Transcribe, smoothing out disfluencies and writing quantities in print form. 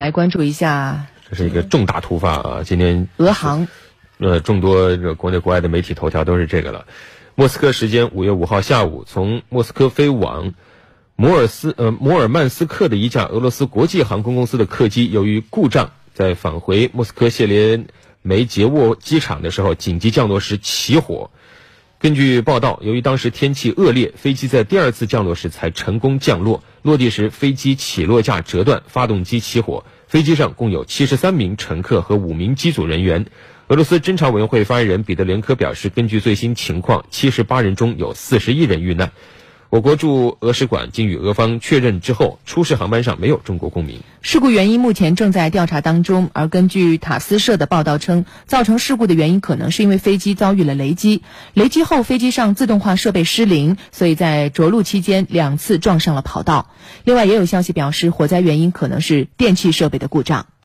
来关注一下， 这是一个重大突发啊！今天俄航， 众多国内国外的媒体头条都是这个了。莫斯科时间5月5号下午，从莫斯科飞往摩尔曼斯克的一架俄罗斯国际航空公司的客机，由于故障，在返回莫斯科谢列梅捷沃机场的时候紧急降落时起火。根据报道，由于当时天气恶劣，飞机在第二次降落时才成功降落。落地时，飞机起落架折断，发动机起火。飞机上共有73名乘客和5名机组人员。俄罗斯侦察委员会发言人彼得连科表示，根据最新情况，78人中有41人遇难。我国驻俄使馆经与俄方确认之后，出事航班上没有中国公民。 事故原因目前正在调查当中，而根据塔斯社的报道称，造成事故的原因可能是因为飞机遭遇了雷击，雷击后飞机上自动化设备失灵，所以在着陆期间2次撞上了跑道。另外也有消息表示，火灾原因可能是电气设备的故障。